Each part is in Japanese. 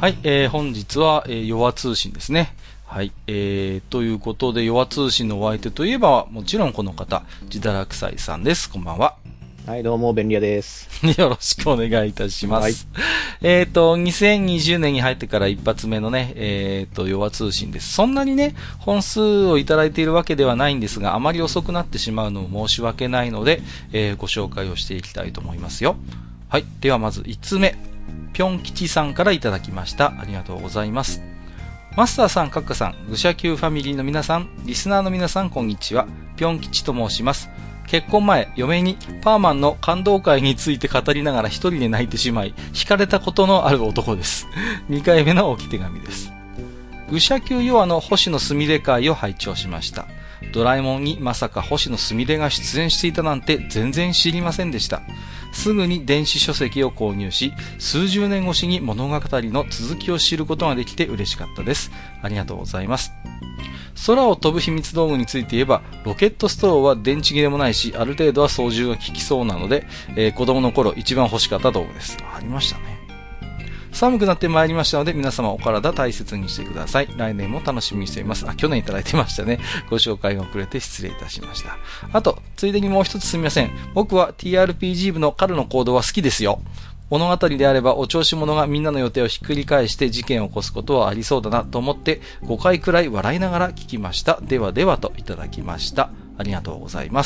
はい、本日は、ヨワ通信ですね。はい、ということで、ヨワ通信のお相手といえば、もちろんこの方、自堕落斎さんです。こんばんは。 はい、どうも、便利屋です。 よろしくお願いいたします。はい、2020年に入ってから一発目のね、ヨワ通信です。そんなにね、本数をいただいているわけではないんですが、あまり遅くなってしまうのも申し訳ないので、ご紹介をしていきたいと思いますよ。はい、ではまず5つ目。ぴょん吉さんからいただきました。ありがとうございます。マスターさん、カッカさん、愚者級ファミリーの皆さん、リスナーの皆さん、こんにちは。ぴょん吉と申します。結婚前、嫁にパーマンの感動会について語りながら一人で泣いてしまい、惹かれたことのある男です。2回目の置き手紙です。愚者級ヨアの星野すみれ会を拝聴しました。ドラえもんにまさか星野すみれが出演していたなんて全然知りませんでした。すぐに電子書籍を購入し、数十年越しに物語の続きを知ることができて嬉しかったです。ありがとうございます。空を飛ぶ秘密道具について言えば、ロケットストローは電池切れもないし、ある程度は操縦が効きそうなので、子供の頃一番欲しかった道具です。ありましたね。寒くなってまいりましたので、皆様お体大切にしてください。来年も楽しみにしています。去年いただいてましたね。ご紹介が遅れて失礼いたしました。あと、ついでにもう一つすみません。僕は TRPG 部の彼の行動は好きですよ。物語であればお調子者がみんなの予定をひっくり返して事件を起こすことはありそうだなと思って5回くらい笑いながら聞きました。ではではといただきました。ありがとうございます。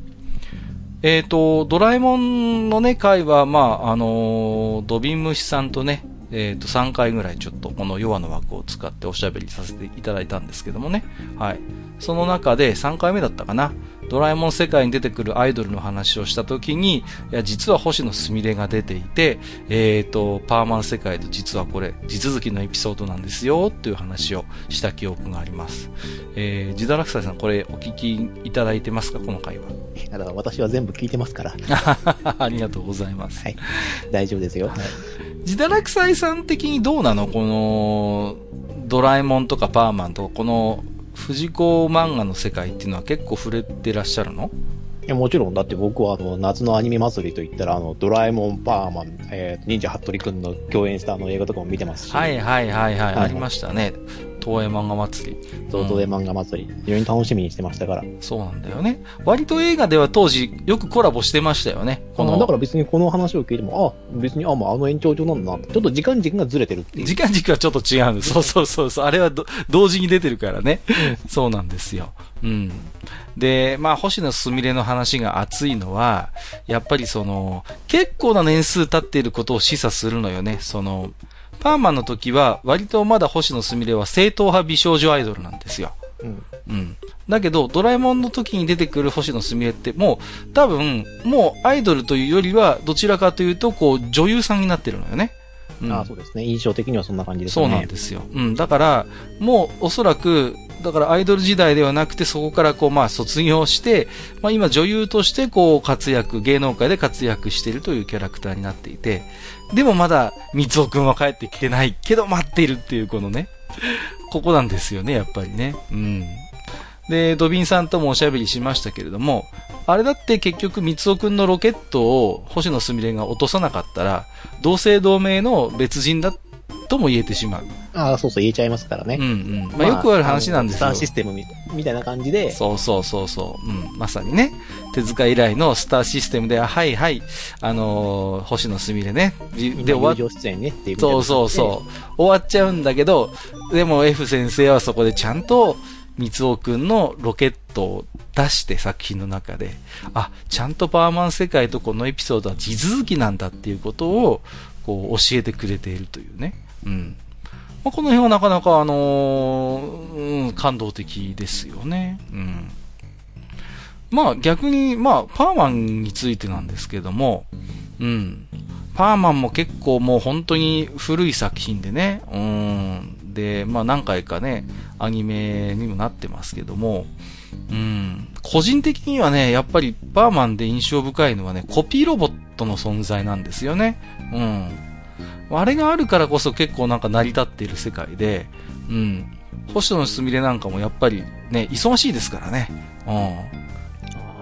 ドラえもんのね、回は、ドビンムシさんとね、3回ぐらいちょっとこのヨアの枠を使っておしゃべりさせていただいたんですけどもね。はい。その中で3回目だったかな。ドラえもん世界に出てくるアイドルの話をしたときに、いや、実は星野すみれが出ていて、パーマン世界と実はこれ、地続きのエピソードなんですよ、という話をした記憶があります。自堕落斎さん、これお聞きいただいてますか、この回は。 だから私は全部聞いてますから。 ありがとうございます。 はい。大丈夫ですよ。はい、 自堕落斎さん的にどうなの、この、ドラえもんとかパーマンとか、この、藤子漫画の世界っていうのは結構触れてらっしゃるの？ いや、もちろん、だって僕は夏のアニメ祭りといったら、ドラえもん、パーマン、忍者ハットリくんの共演した映画とかも見てますし。 はいはいはいはい、ありましたね。東映漫画祭り。 そう、東映漫画祭り。非常に楽しみにしてましたから。 そうなんだよね。割と映画では当時よくコラボしてましたよね。 だから別にこの話を聞いても、別に、もう延長上なんだな。ちょっと時間軸がずれてるっていう。 時間軸はちょっと違うんです。そう。あれは同時に出てるからね。そうなんですよ。うん。で、星野すみれの話が熱いのは、やっぱり結構な年数経っていることを示唆するのよね。パーマンの時は、割とまだ星野すみれは正統派美少女アイドルなんですよ。うん。だけど、ドラえもんの時に出てくる星野すみれって、もう、多分、もうアイドルというよりは、どちらかというと、女優さんになってるのよね。 うん、そうですね。印象的にはそんな感じですね。 そうなんですよ。うん。だから、もう、おそらく、アイドル時代ではなくて、そこから卒業して、今女優として芸能界で活躍しているというキャラクターになっていて、でもまだ、三尾くんは帰ってきてないけど待っているっていうこのね、ここなんですよね、やっぱりね。うん。で、ドビンさんともおしゃべりしましたけれども、あれだって結局三尾くんのロケットを星野すみれが落とさなかったら、同姓同名の別人だとも言えてしまう。 そう言えちゃいますからね。 うんうん。よくある話なんですよ。 スターシステムみたいな感じで。 そう。うん。まさにね。手塚以来のスターシステムで、はい、星野すみれね。 で終わっ出演ねっていう。 そう。終わっちゃうんだけど、でも F 先生はそこでちゃんと、三尾くんのロケットを出して作品の中で、ちゃんとパーマン世界とこのエピソードは地続きなんだっていうことを、教えてくれているというね。うん。この辺はなかなか感動的ですよね。うん。逆に、パーマンについてなんですけども、うん。パーマンも結構もう本当に古い作品でね、で、何回かね、アニメにもなってますけども、個人的にはね、やっぱりパーマンで印象深いのはね、コピーロボットの存在なんですよね。あれがあるからこそ結構成り立っている世界で、星野すみれなんかもやっぱりね、忙しいですからね。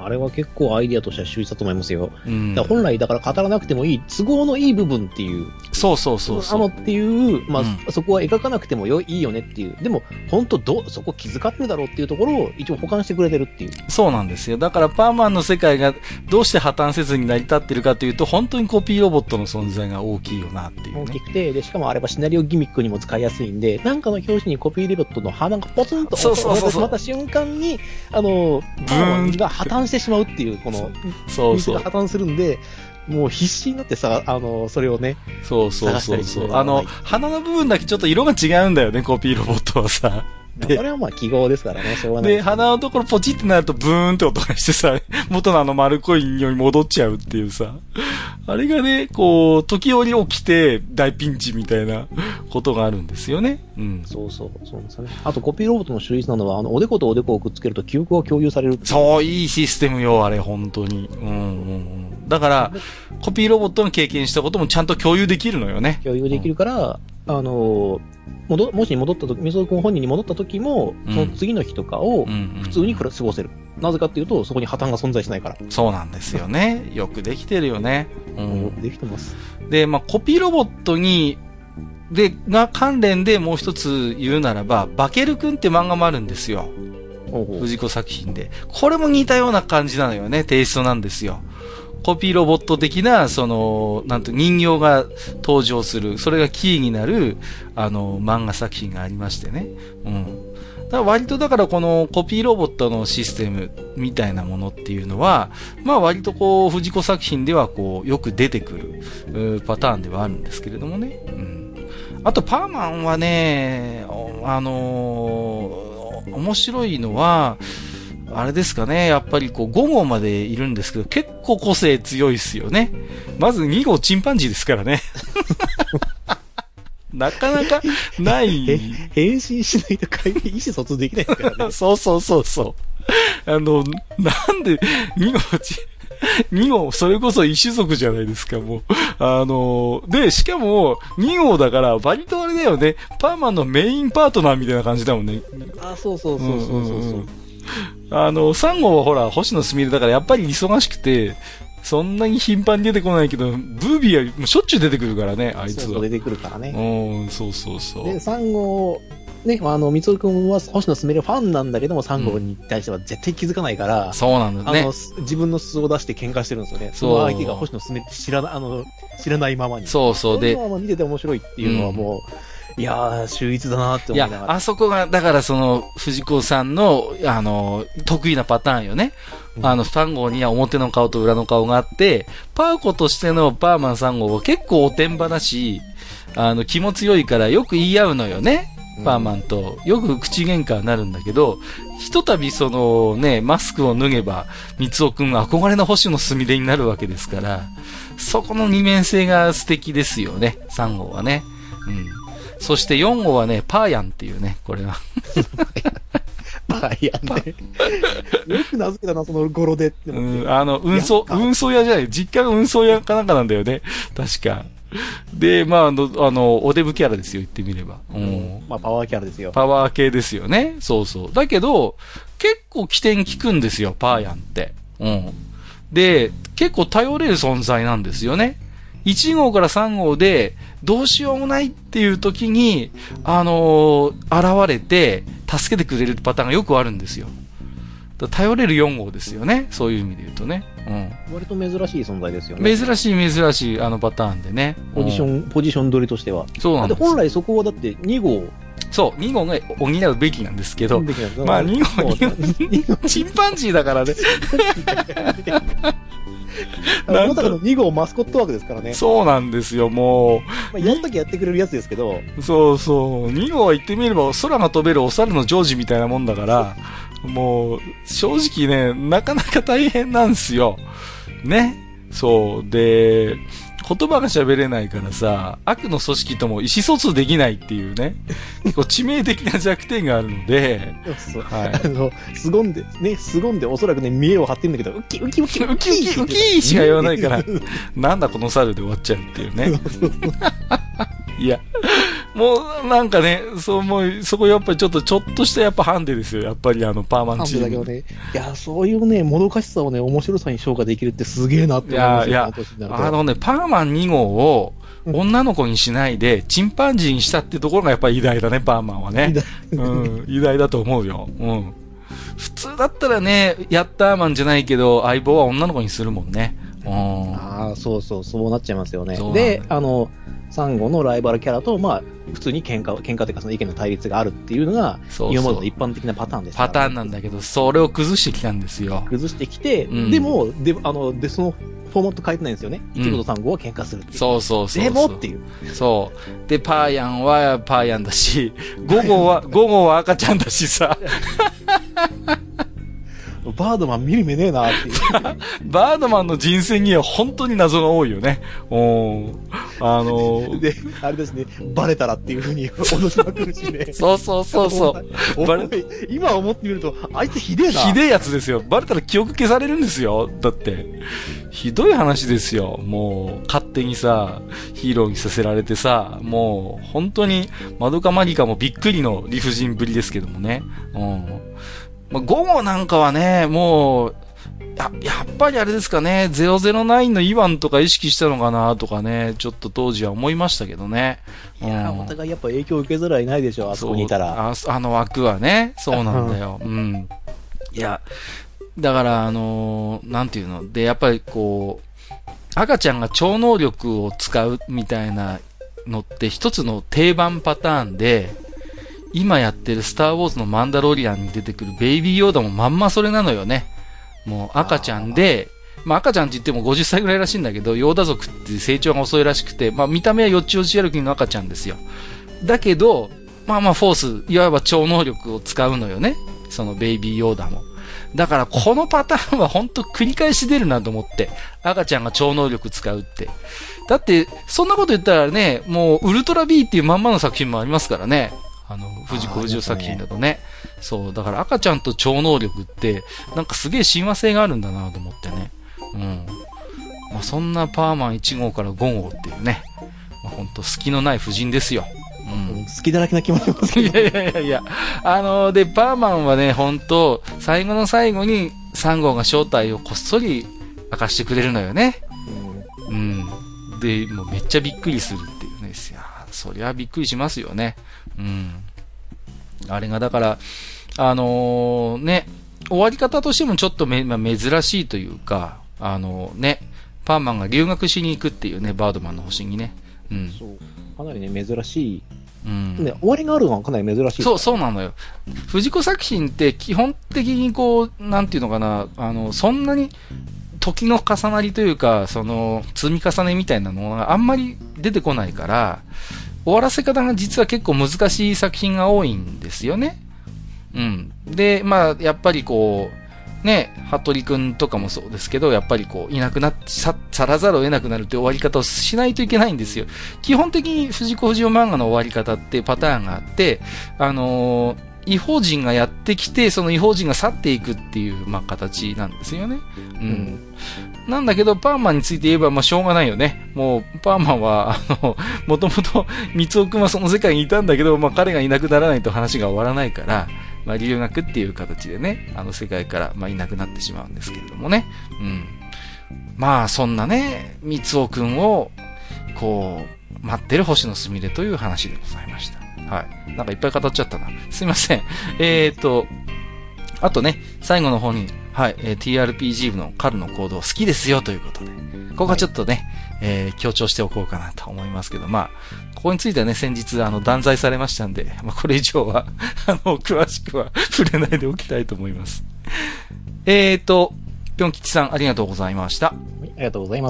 あれは結構アイディアとしては秀逸だと思いますよ。 うん。 だから本来だから語らなくてもいい、都合のいい部分っていう。 そうそうそうそう。 っていう、まあ、 うんそこは描かなくてもいいよねっていう。でも、本当そこ気遣ってるだろうっていうところを一応保管してくれてるっていう。 そうなんですよ。だからパーマンの世界がどうして破綻せずに成り立ってるかというと、本当にコピーロボットの存在が大きいよなっていう、ね。 大きくて、で、しかもあればシナリオギミックにも使いやすいんで、なんかの表紙にコピーロボットの鼻がポツンとそうそうそうそうしまった瞬間に、パーマンが破綻してしまうっていう、この、 そうそう。 水が破綻するんで、もう必死になってさ、それをね。 そうそうそうそう。鼻の部分だけちょっと色が違うんだよね、コピーロボットはさ。 で、それはまあ記号ですからね、しょうがない。 で、鼻のところポチってなるとブーンって音がしてさ、元の丸っこい匂いに戻っちゃうっていうさ。あれがね、こう、時折起きて大ピンチみたいなことがあるんですよね。うん。 そうですよね。あとコピーロボットの秀逸なのは、おでことおでこをくっつけると記憶が共有される。 そう、いいシステムよ、あれ、本当に。だから、コピーロボットが経験したこともちゃんと共有できるのよね。 共有できるから、もし戻った時、みそくん本人に戻った時も、その次の日とかを普通に過ごせる。なぜかっていうと、そこに破綻が存在しないから。 そうなんですよね。よくできてるよね。 よくできてます。 で、まあ、コピーロボットが関連でもう一つ言うならば、バケルくんって漫画もあるんですよ。藤子作品で。これも似たような感じなのよね。テイストなんですよ。コピーロボット的な、人形が登場する。それがキーになる、漫画作品がありましてね。だから割とだからこのコピーロボットのシステムみたいなものっていうのは、まあ割とこう、藤子作品ではこう、よく出てくる、パターンではあるんですけれどもね。あと、パーマンはね、面白いのは、あれですかね、やっぱりこう5号までいるんですけど、結構個性強いっすよね。まず2号チンパンジーですからね。なかなかない。 変身しないと意思疎通できないですからね。 そう。なんで2号、それこそ異種族じゃないですか、もう。で、しかも、2号だから、割とあれだよね、パーマンのメインパートナーみたいな感じだもんね。 そう。 3号はほら、星野すみれだからやっぱり忙しくて、そんなに頻繁に出てこないけど、ブービーはもうしょっちゅう出てくるからね、あいつは。 そう出てくるからね。 そう。 で、3号、ね、みつおくんは星野すみれファンなんだけども、3号に対しては絶対気づかないから、 そうなんだね。 自分の素を出して喧嘩してるんですよね。その相手が星野すみれって知らないままに。 そう。で、 見てて面白いっていうのはもう、いやー、秀逸だなって思いながら。 いや、あそこが、だから藤子さんの、得意なパターンよね。3号には表の顔と裏の顔があって、パーコとしてのパーマン3号は結構おてんばだし、気も強いからよく言い合うのよね。パーマンと。よく口喧嘩になるんだけど、ひとたびマスクを脱げば、三尾くんが憧れの星野すみれになるわけですから、そこの二面性が素敵ですよね。3号はね。そして4号はね、パーヤンっていうね、これは。 パーヤンね。よく名付けたな、その語呂でって思って。 運送屋じゃない、実家が運送屋かなんかなんだよね。確か。で、まあ、おデブキャラですよ、言ってみれば。 まあ、パワーキャラですよ。 パワー系ですよね。そう。だけど、結構起点効くんですよ、パーヤンって。で、結構頼れる存在なんですよね。1号から3号で、どうしようもないっていう時に、現れて、助けてくれるパターンがよくあるんですよ。頼れる4号ですよね。そういう意味で言うとね。 割と珍しい存在ですよね。 珍しい、パターンでね。 ポジション取りとしては。 そうなんです。 本来そこはだって2号。 そう、2号が補うべきなんですけど、まあ2号、チンパンジーだからね。 まさかの2号マスコット枠ですからね。 そうなんですよ、もう。やったきやってくれるやつですけど。 そう。2号は言ってみれば空が飛べるお猿のジョージみたいなもんだから、もう、正直ね、なかなか大変なんですよ。ね。そう。で、言葉が喋れないからさ、悪の組織とも意思疎通できないっていうね、結構致命的な弱点があるので、 はい。凄んでおそらくね、見栄を張ってるんだけど、ウキしか言わないから、なんだこの猿で終わっちゃうっていうね。いや、 もう、なんかね、もう、そこやっぱりちょっとしたやっぱハンデですよ。やっぱりパーマンチーム。 ハンデだけどね。いや、そういうね、もどかしさをね、面白さに昇華できるってすげえなって思いますよ。 いや、パーマン2号を女の子にしないで、チンパンジーにしたってところがやっぱり偉大だね、パーマンはね。偉大だと思うよ。普通だったらね、ヤッターマンじゃないけど、相棒は女の子にするもんね。 そうなっちゃいますよね。で、サンゴのライバルキャラと、まあ、普通に喧嘩というかその意見の対立があるっていうのが、今までの一般的なパターンですから、ね。 パターンなんだけど、それを崩してきたんですよ。 崩してきて、でも、その、フォーマット変えてないんですよね。1号と3号は喧嘩するっていう。 そう。 でもっていう。 そう。で、パーヤンはパーヤンだし、5号は赤ちゃんだしさ。 バードマン見る目ねえなっていう。 バードマンの人生には本当に謎が多いよね。 で、あれですね、バレたらっていう風に脅しまくるしね。 そう。 今思ってみると、あいつひでえな。 ひでえやつですよ。バレたら記憶消されるんですよ。だって。ひどい話ですよ。もう、勝手にさ、ヒーローにさせられてさ、もう、本当に、マドカマリカもびっくりの理不尽ぶりですけどもね。5号なんかはね、もう、やっぱりあれですかね、009のイワンとか意識したのかなとかね、ちょっと当時は思いましたけどね。 いや、お互いやっぱ影響を受けづらいないでしょ、あそこにいたら。 あの枠はね、そうなんだよ。いや、だから、なんていうの、で、やっぱりこう、赤ちゃんが超能力を使うみたいなのって一つの定番パターンで、今やってるスターウォーズのマンダロリアンに出てくるベイビーヨーダもまんまそれなのよね。もう赤ちゃんで、まあ赤ちゃんって言っても50歳ぐらいらしいんだけど、ヨーダ族って成長が遅いらしくて、まあ見た目はよちよち歩きの赤ちゃんですよ。だけど、まあフォース、いわば超能力を使うのよね。そのベイビーヨーダも。だからこのパターンは本当繰り返し出るなと思って。赤ちゃんが超能力使うって。だって、そんなこと言ったらね、もうウルトラ B っていうまんまの作品もありますからね。藤子不二雄作品だとね。そう、だから赤ちゃんと超能力って、なんかすげえ親和性があるんだなと思ってね。まあ、そんなパーマン1号から5号っていうね、まあ、ほんと隙のない夫人ですよ。 好きだらけな気もしますけど。 いや。で、パーマンはね、ほんと、最後の最後に3号が正体をこっそり明かしてくれるのよね。で、もうめっちゃびっくりするっていうね。いや、そりゃびっくりしますよね。あれがだから、ね、終わり方としてもちょっと珍しいというか、ね、パーマンが留学しに行くっていうね、バードマンの星にね。 そう。かなりね、珍しい。ね、終わりがあるのはかなり珍しい。 そうなのよ。藤子作品って基本的にこう、なんていうのかな、そんなに時の重なりというか、その、積み重ねみたいなのがあんまり出てこないから、終わらせ方が実は結構難しい作品が多いんですよね。で、まあ、やっぱりこう、ね、服部くんとかもそうですけど、やっぱりこう、いなくなっ去らざるを得なくなるって終わり方をしないといけないんですよ。基本的に藤子不二雄漫画の終わり方ってパターンがあって、異邦人がやってきて、その異邦人が去っていくっていう、まあ、形なんですよね。なんだけど、パーマンについて言えば、まあ、しょうがないよね。もう、パーマンは、もともと、三尾くんはその世界にいたんだけど、まあ、彼がいなくならないと話が終わらないから、まあ、留学っていう形でね、世界から、まあ、いなくなってしまうんですけれどもね。まあ、そんなね、三尾くんを、こう、待ってる星のすみれという話でございました。はい。なんかいっぱい語っちゃったな。すいません。あとね、最後の方に、はい、TRPG 部のカルの行動好きですよということで、ここはちょっとね、強調しておこうかなと思いますけど、まあ、ここについてはね、先日、断罪されましたんで、まあ、これ以上は、詳しくは触れないでおきたいと思います。ぴょん吉さん、ありがとうございました。 はい、ありがとうございます。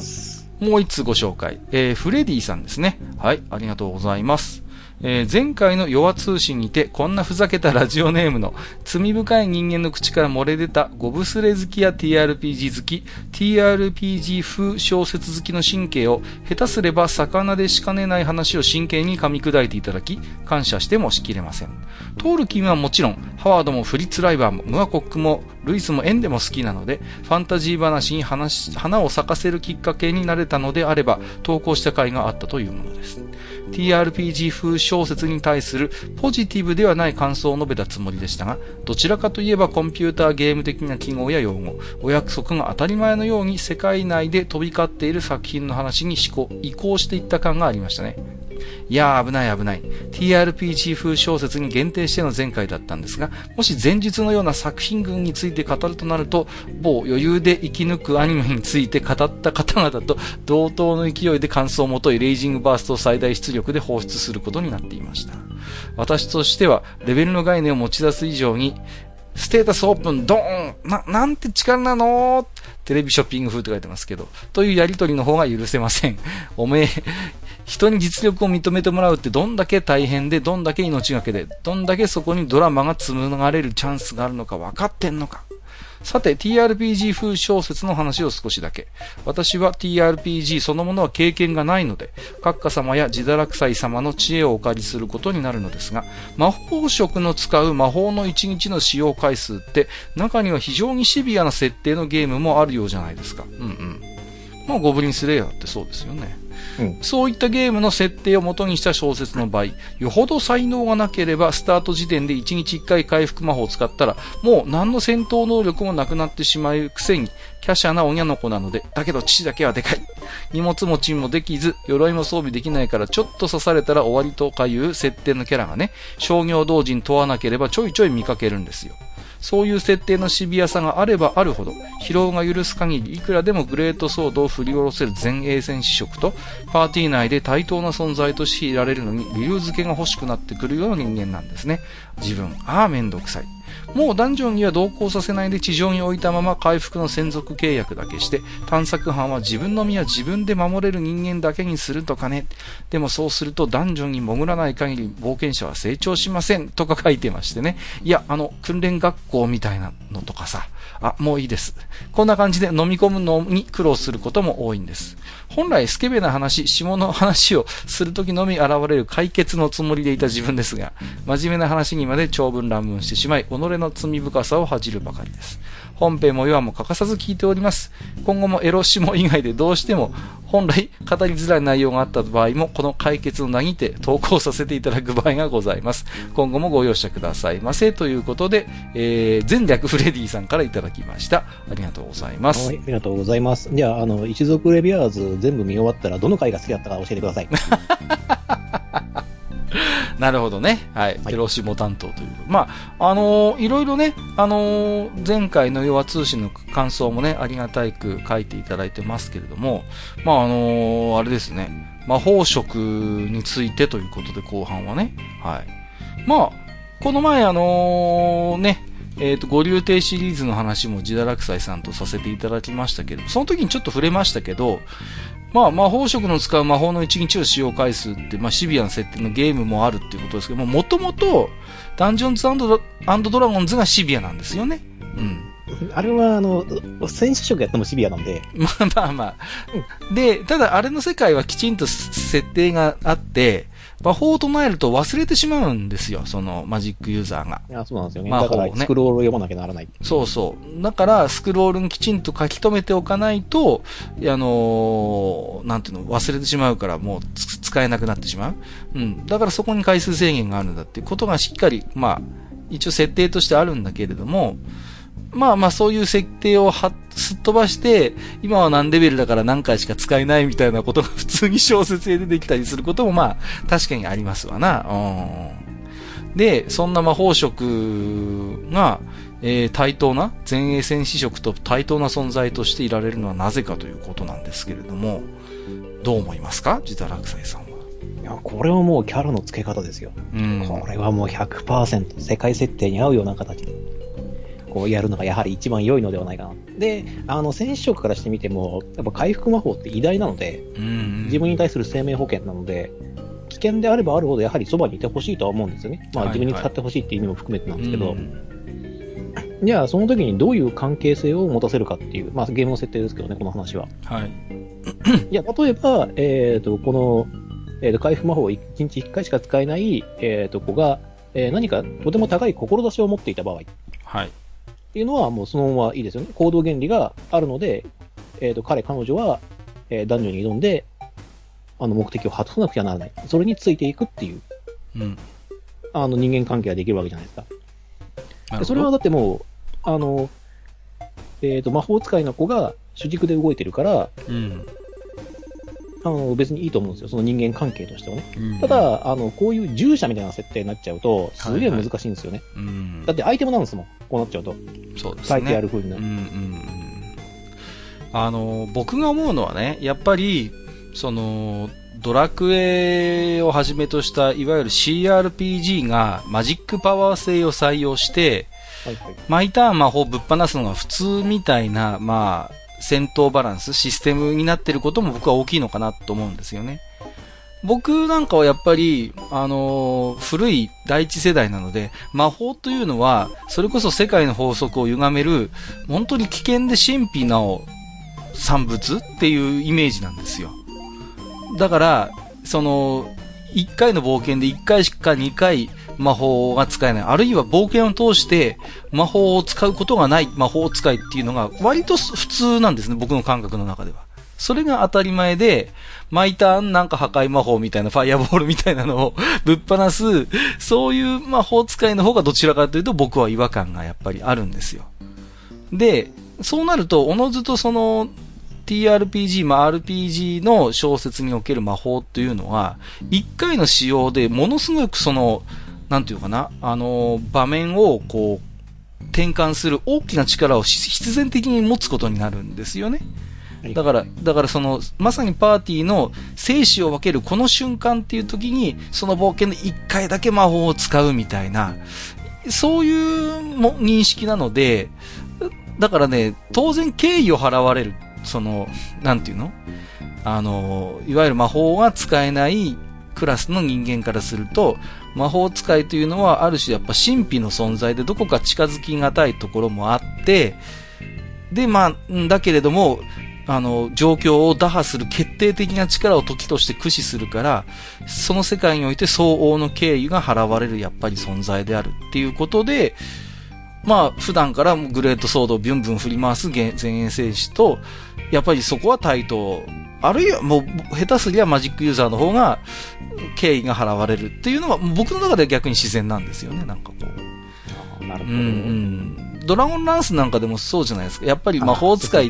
もう一つご紹介。フレディさんですね。はい、ありがとうございます。前回の弱通信にてこんなふざけたラジオネームの罪深い人間の口から漏れ出たゴブスレ好きや TRPG 好き TRPG 風小説好きの神経を下手すれば魚でしかねない話を真剣に噛み砕いていただき感謝してもしきれません。トールキンはもちろんハワードもフリッツ・ライバーもムアコックもルイスもエンデも好きなのでファンタジー話に花を咲かせるきっかけになれたのであれば投稿した回があったというものです。 TRPG 風小説に対するポジティブではない感想を述べたつもりでしたが、どちらかといえばコンピューターゲーム的な記号や用語、お約束が当たり前のように世界内で飛び交っている作品の話に移行していった感がありましたね。いやー危ない危ない。TRPG 風小説に限定しての前回だったんですが、もし前述のような作品群について語るとなると、某余裕で生き抜くアニメについて語った方々と同等の勢いで感想をもといレイジングバーストを最大出力で放出することになっていました。私としてはレベルの概念を持ち出す以上に、ステータスオープンドーンなんて力なのテレビショッピング風って書いてますけど、というやりとりの方が許せません。おめえ、人に実力を認めてもらうってどんだけ大変で、どんだけ命がけで、どんだけそこにドラマが紡がれるチャンスがあるのか分かってんのか。さて、TRPG 風小説の話を少しだけ。私は TRPG そのものは経験がないので、閣下様や自堕落斎様の知恵をお借りすることになるのですが、魔法色の使う魔法の1日の使用回数って、中には非常にシビアな設定のゲームもあるようじゃないですか。まあ、ゴブリンスレイヤーってそうですよね。そういったゲームの設定を元にした小説の場合、よほど才能がなければスタート時点で1日1回回復魔法を使ったら、もう何の戦闘能力もなくなってしまうくせに、華奢なおにゃの子なので、だけど父だけはでかい。荷物持ちもできず、鎧も装備できないからちょっと刺されたら終わりとかいう設定のキャラがね、商業同人問わなければちょいちょい見かけるんですよ。そういう設定のシビアさがあればあるほど、疲労が許す限りいくらでもグレートソードを振り下ろせる前衛戦士色と、パーティー内で対等な存在としていられるのに理由付けが欲しくなってくるような人間なんですね。自分、めんどくさい。もうダンジョンには同行させないで地上に置いたまま回復の専属契約だけして、探索班は自分の身は自分で守れる人間だけにするとかね。でもそうするとダンジョンに潜らない限り冒険者は成長しませんとか書いてましてね。いや、訓練学校みたいなのとかさ。もういいです。こんな感じで飲み込むのに苦労することも多いんです。本来スケベな話、下の話をするときのみ現れる解決のつもりでいた自分ですが、真面目な話にまで長文乱文してしまい、己の罪深さを恥じるばかりです。本編もヨアも欠かさず聞いております。今後もエロシモ以外でどうしても本来語りづらい内容があった場合も、この解決をなぎて投稿させていただく場合がございます。今後もご容赦くださいませ。ということで、前略フレディさんからいただきました。ありがとうございます。 はい、ありがとうございます。じゃあ、一族レビュアーズ全部見終わったら、どの回が好きだったか教えてください。 なるほどね。はい。エロシモ担当という。まあ、いろいろね、前回のヨア通信の感想もね、ありがたく書いていただいてますけれども、まあ、あれですね。魔法色についてということで、後半はね。はい。まあ、この前ね、五竜亭シリーズの話も自堕落斎さんとさせていただきましたけど、その時にちょっと触れましたけど、まあ、魔法色の使う魔法の1日の使用回数って、まあ、シビアな設定のゲームもあるっていうことですけども、もともと、ダンジョンズ&ドラゴンズがシビアなんですよね。 あれは、戦士色やってもシビアなんで。 まあ。で、ただ、あれの世界はきちんと設定があって、魔法を唱えると忘れてしまうんですよ、そのマジックユーザーが。 いや、そうなんですよね。だから、スクロールを読まなきゃならない。 そうそう。だから、スクロールにきちんと書き留めておかないと、なんていうの、忘れてしまうから、もう使えなくなってしまう。だからそこに回数制限があるんだっていうことがしっかり、まあ、一応設定としてあるんだけれども、まあそういう設定をすっ飛ばして、今は何レベルだから何回しか使えないみたいなことが普通に小説で出てきたりすることもまあ確かにありますわな。で、そんな魔法色が、対等な、前衛戦士色と対等な存在としていられるのはなぜかということなんですけれども、どう思いますか、自堕落斎さんは。 いや、これはもうキャラの付け方ですよ。これはもう 100% 世界設定に合うような形で。こうやるのがやはり一番良いのではないかな。で、戦士色からしてみても、やっぱ回復魔法って偉大なので、自分に対する生命保険なので、危険であればあるほどやはりそばにいてほしいとは思うんですよね。まあ自分に使ってほしいっていう意味も含めてなんですけど、じゃあその時にどういう関係性を持たせるかっていう、まあゲームの設定ですけどね、この話は。 はい。 いや、例えば、この、回復魔法を1日1回しか使えない、子が、何かとても高い志を持っていた場合。 はい。 っていうのはもうそのままいいですよね。行動原理があるので、彼女は、ダンジョンに挑んで、 目的を果たさなくちゃならない。それについていくっていう、 うん。 人間関係ができるわけじゃないですか。でそれはだってもう、魔法使いの子が主軸で動いてるから、 うん。 別にいいと思うんですよ。その人間関係としてはね。 うん、 ただ、こういう従者みたいな設定になっちゃうと、すげえ難しいんですよね。 はいはい、うん。 だってアイテムなんですもん。こうなっちゃうと。 そうですね。 書いてある風になる。 僕が思うのはね、やっぱり、ドラクエをはじめとした、いわゆる CRPG がマジックパワー性を採用して、はいはい、毎ターン魔法をぶっ放すのが普通みたいな、まあ、戦闘バランス、システムになっていることも僕は大きいのかなと思うんですよね。僕なんかはやっぱり、古い第一世代なので、魔法というのは、それこそ世界の法則を歪める、本当に危険で神秘な産物っていうイメージなんですよ。だから、1回の冒険で1回しか2回魔法が使えない。あるいは冒険を通して魔法を使うことがない魔法使いっていうのが割と普通なんですね、僕の感覚の中では。それが当たり前で、毎ターンなんか破壊魔法みたいな、ファイアボールみたいなのをぶっ放す、そういう魔法使いの方がどちらかというと僕は違和感がやっぱりあるんですよ。で、そうなると、おのずとTRPG、RPG の小説における魔法っていうのは、一回の使用でものすごくなんていうかな、場面をこう、転換する大きな力を必然的に持つことになるんですよね。だからまさにパーティーの生死を分けるこの瞬間っていう時に、その冒険で一回だけ魔法を使うみたいな、そういう認識なので、だからね、当然敬意を払われる。なんていうの？いわゆる魔法が使えないクラスの人間からすると、魔法使いというのはある種やっぱ神秘の存在でどこか近づきがたいところもあって、で、だけれども、状況を打破する決定的な力を時として駆使するから、その世界において相応の敬意が払われるやっぱり存在であるっていうことで、普段からグレートソードをビュンビュン振り回す前衛戦士と、やっぱりそこは対等。あるいはもう下手すりゃマジックユーザーの方が敬意が払われるっていうのは僕の中では逆に自然なんですよね、なんかこう。 なるほど。 ドラゴンランスなんかでもそうじゃないですか。やっぱり魔法使いって、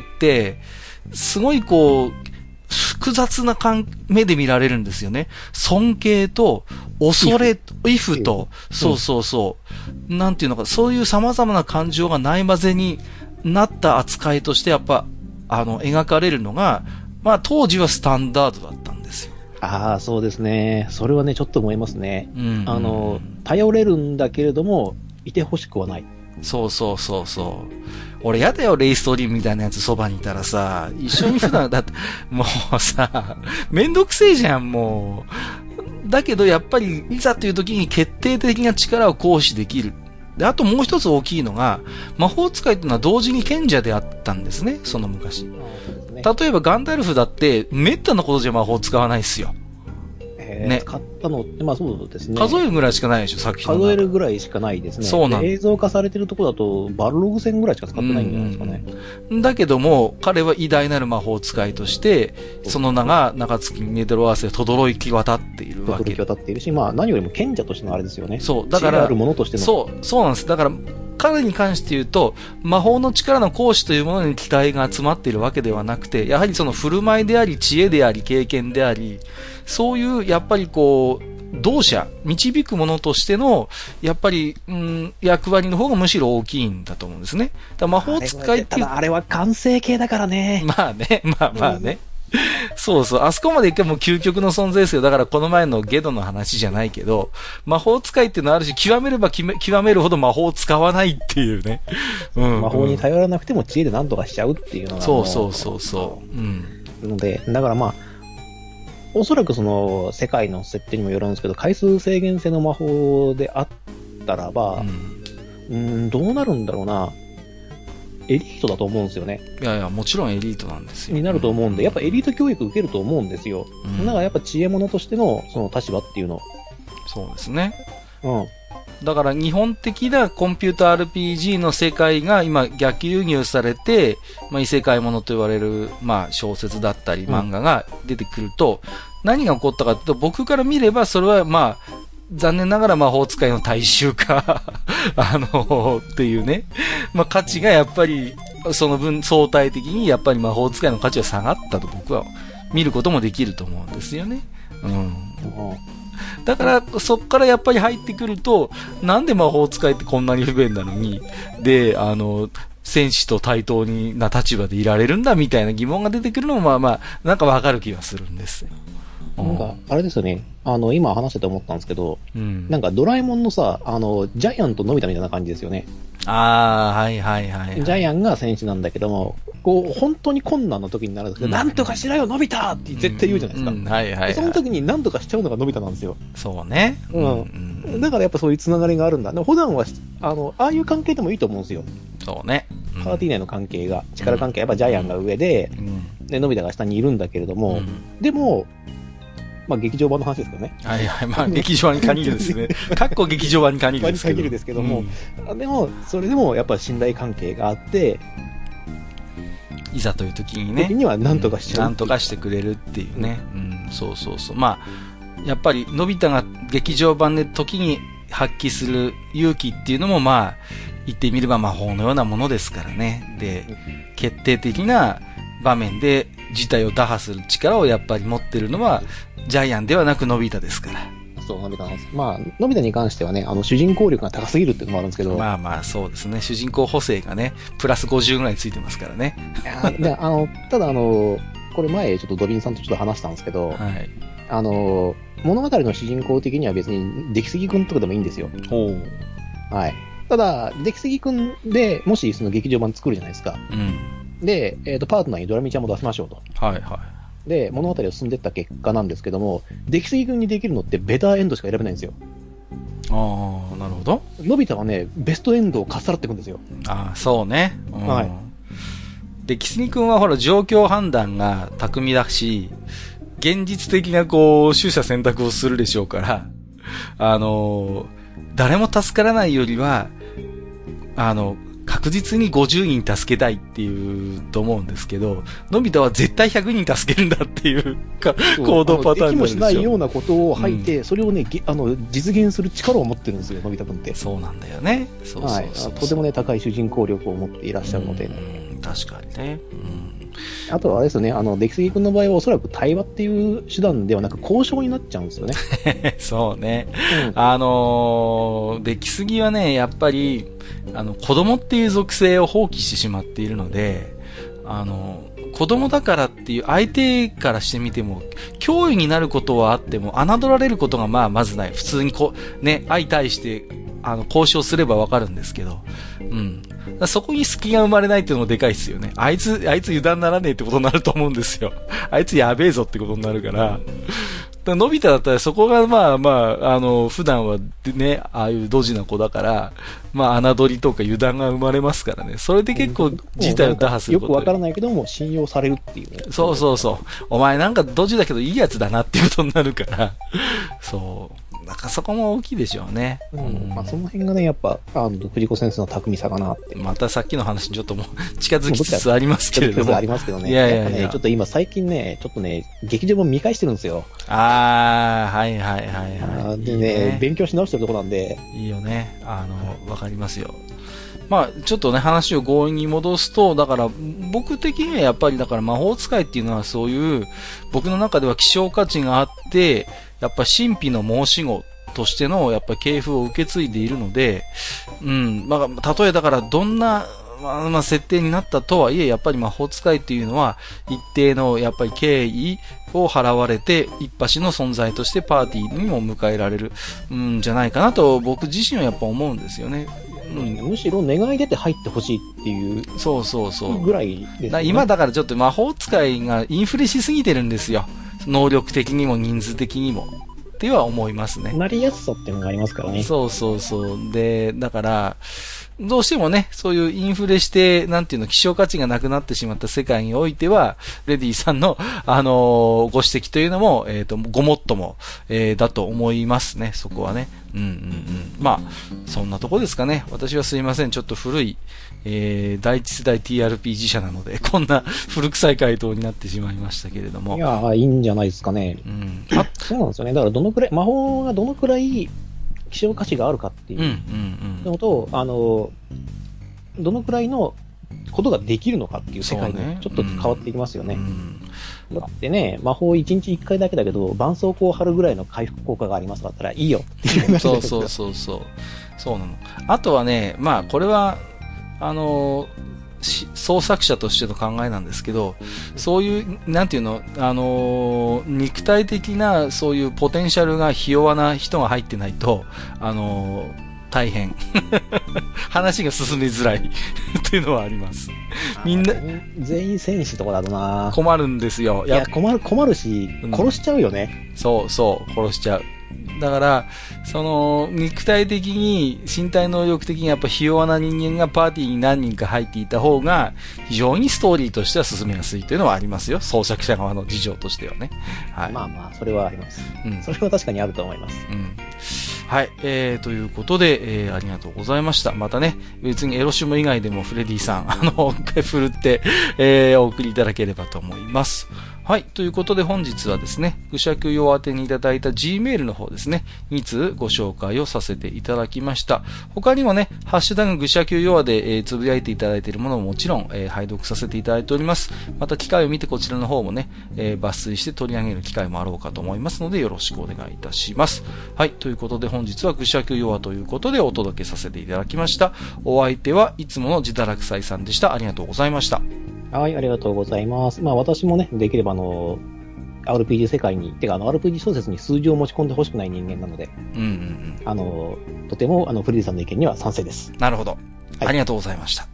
すごいこう、複雑な目で見られるんですよね。尊敬と、恐れ、イフと、そうなんていうのか、そういう様々な感情がないまぜになった扱いとしてやっぱ、描かれるのが、当時はスタンダードだったんですよ。 ああ、そうですね。それはね、ちょっと思いますね。頼れるんだけれども、いてほしくはない。 そう。俺やだよ、レイストリームみたいなやつそばにいたらさ、一緒に普段、だって、もうさ、めんどくせえじゃん、もう。だけどやっぱり、いざという時に決定的な力を行使できる。で、あともう一つ大きいのが、魔法使いっていうのは同時に賢者であったんですね、その昔。例えばガンダルフだって、めったなことじゃ魔法使わないっすよ。 ね、使ったのって、そうですね。 数えるぐらいしかないでしょ、作品の。 数えるぐらいしかないですね。そうなん映像化されてるところだと、バルログ戦ぐらいしか使ってないんじゃないですかね。 だけども、彼は偉大なる魔法使いとして、その名が中月メドロワースで轟き渡っているわけ。 轟き渡っているし、何よりも賢者としてのあれですよね。 そう、だから、 あるものとしての。 そうなんです。だから、彼に関して言うと、魔法の力の行使というものに期待が集まっているわけではなくて、やはりその振る舞いであり、知恵であり、経験であり、そういう、やっぱりこう、導者、導くものとしての、やっぱり、役割の方がむしろ大きいんだと思うんですね。だ魔法使いっていう。 ただあれは完成形だからね。 まあね。そう、あそこまでいっても究極の存在ですよ。だからこの前のゲドの話じゃないけど、魔法使いっていうのはあるし、極めれば極めるほど魔法を使わないっていうね。 魔法に頼らなくても知恵で何とかしちゃうっていうのが。 そう。 ので、だからおそらくその世界の設定にもよるんですけど、回数制限制の魔法であったらば、どうなるんだろうな。エリートだと思うんですよね。 いや、もちろんエリートなんですよ。 になると思うんで、やっぱエリート教育受けると思うんですよ。だからやっぱ知恵者としてのその立場っていうの。 そうですね。だから日本的なコンピュータ RPG の世界が今逆輸入されて、異世界ものと言われる、小説だったり漫画が出てくると、 何が起こったかというと、僕から見ればそれはまあ、残念ながら魔法使いの大衆化っていうね、まあ価値がやっぱり、その分相対的にやっぱり魔法使いの価値は下がったと僕は見ることもできると思うんですよね。うん。だから、そっからやっぱり入ってくると、なんで魔法使いってこんなに不便なのに、で、戦士と対等な立場でいられるんだみたいな疑問が出てくるのもまあまあ、なんかわかる気がするんですよ。 なんか、あれですよね。今話してて思ったんですけど、 うん、 なんかドラえもんのさ、ジャイアンとのび太みたいな感じですよね。 ああ、はいはいはい、はい。 ジャイアンが戦士なんだけども、こう、本当に困難な時になるんですけど、なんとかしろよ、のび太って絶対言うじゃないですか。 はいはい、はい。 その時に何とかしちゃうのがのび太なんですよ。 そうね。 だからやっぱそういうつながりがあるんだ。でも普段は、ああいう関係でもいいと思うんですよ。 そうね。 パーティー内の関係が、力関係はやっぱジャイアンが上で、で、のび太が下にいるんだけれども、でも、まあ劇場版の話ですけどね。 はいはい。まあ劇場版に限るですね。かっこ劇場版に限るですけど。 限るですけども、でも、それでもやっぱ信頼関係があって、 いざという時にね。 時には何とかしちゃう。 何とかしてくれるっていうね。そうそうそう。まあ、やっぱり、のび太が劇場版で時に発揮する勇気っていうのもまあ、言ってみれば魔法のようなものですからね。で、決定的な場面で事態を打破する力をやっぱり持ってるのは、ジャイアンではなくのび太ですから。 そう、のび太なんです。まあ、のび太に関してはね、主人公力が高すぎるっていうのもあるんですけど。 まあまあ、そうですね。主人公補正がね、プラス50ぐらいついてますからね。 でただこれ前、ちょっとドビンさんとちょっと話したんですけど、はい。物語の主人公的には別に出来すぎくんとかでもいいんですよ。 ほう。はい。ただ、出来すぎくんで、もしその劇場版作るじゃないですか。 うん。 で、パートナーにドラミちゃんも出しましょうと。 はいはい。 で、物語を進んでいった結果なんですけども、出来すぎくんにできるのってベターエンドしか選べないんですよ。 ああ、なるほど。 のび太はね、ベストエンドをかっさらっていくんですよ。 ああ、そうね。 はい。 で、キスニ君はほら、状況判断が巧みだし、現実的なこう、取捨選択をするでしょうから、誰も助からないよりは、確実に50人助けたいっていうと思うんですけど、のび太は絶対100人助けるんだっていう行動パターンなんですよ。できもしないようなことを吐いて、それをね、実現する力を持ってるんですよ、のび太君って。 そうなんだよね。そうそうそう。 はい。とてもね、高い主人公力を持っていらっしゃるので。 確かにね。 あとはあれですよね、出来すぎ君の場合はおそらく対話っていう手段ではなく交渉になっちゃうんですよね。 そうね。出来すぎはね、やっぱり、子供っていう属性を放棄してしまっているので、子供だからっていう相手からしてみても、脅威になることはあっても、侮られることがまずない。普通に相対して、交渉すればわかるんですけど、そこに隙が生まれないっていうのもでかいっすよね。あいつ油断ならねえってことになると思うんですよ。あいつやべえぞってことになるから。のび太だったらそこが普段はね、ああいうドジな子だから、侮りとか油断が生まれますからね。それで結構事態を打破すること。 よくわからないけども信用されるっていう、ね。 そうそうそう。お前なんかドジだけどいいやつだなっていうことになるから。そう。なんかそこも大きいでしょうね。 その辺がね、やっぱ、藤子先生の巧みさかなって。 またさっきの話にちょっともう近づきつつありますけれども。 ありますけどね。 いやいやいや。 ちょっと今最近ね、ちょっとね、劇場も見返してるんですよ。 はいはいはいはい。 でね、勉強し直してるとこなんで。 いいよね。わかりますよ。ちょっとね、話を強引に戻すと、だから、僕的にはやっぱり、だから魔法使いっていうのはそういう、僕の中では希少価値があって、やっぱ神秘の申し子としての、やっぱ系譜を受け継いでいるので、例えだからどんな、設定になったとはいえ、やっぱり魔法使いっていうのは、一定のやっぱり敬意を払われて、一派の存在としてパーティーにも迎えられるんじゃないかなと、僕自身はやっぱ思うんですよね。 むしろ願い出て入ってほしいっていう。 そうそうそう。 ぐらいですね。 今だからちょっと魔法使いがインフレしすぎてるんですよ。能力的にも人数的にも。っては思いますね。 なりやすさっていうのがありますからね。 そうそうそう。で、だから、 どうしてもね、そういうインフレして、なんていうの、希少価値がなくなってしまった世界においては、レディさんの、ご指摘というのも、ごもっとも、だと思いますね、そこはね。まあ、そんなとこですかね。私はすいません、ちょっと古い、第一世代 TRPG 社なので、こんな古臭い回答になってしまいましたけれども。 いや、いいんじゃないですかね。そうなんですよね。だから、魔法がどのくらい、希少価値があるかっていうのと、どのくらいのことができるのかっていう世界にちょっと変わっていきますよね。だってね、魔法1日1回だけだけど、絆創膏を貼るぐらいの回復効果がありますだったらいいよっていう。 そうなの。あとはね、まあこれは、創作者としての考えなんですけど、そういう、なんていうの、肉体的なそういうポテンシャルがひ弱な人が入ってないと、大変。話が進みづらいというのはあります。みんな。 全員戦士とかだとな困るんですよ。 いや、困るし、殺しちゃうよね。 そう、殺しちゃう。だから、肉体的に、身体能力的にやっぱひ弱な人間がパーティーに何人か入っていた方が、非常にストーリーとしては進めやすいというのはありますよ。創作者側の事情としてはね。はい。 まあ、それはあります。それは確かにあると思います。 はい。ということで、ありがとうございました。またね、別にエロシム以外でもフレディさん、振るって、お送りいただければと思います。はい。ということで本日はですね、愚者級用宛てにいただいた Gmail の方ですね、2通ご紹介をさせていただきました。他にもね、ハッシュタグ愚者級用話で、つぶやいていただいているものももちろん、拝読させていただいております。また機会を見てこちらの方もね、抜粋して取り上げる機会もあろうかと思いますので、よろしくお願いいたします。はい。ということで本日は愚者級用話ということでお届けさせていただきました。お相手はいつもの自堕落斎さんでした。ありがとうございました。 はい、ありがとうございます。まあ私もね、できればRPG 世界に、RPG 小説に数字を持ち込んでほしくない人間なので、とてもフレディさんの意見には賛成です。 なるほど。ありがとうございました。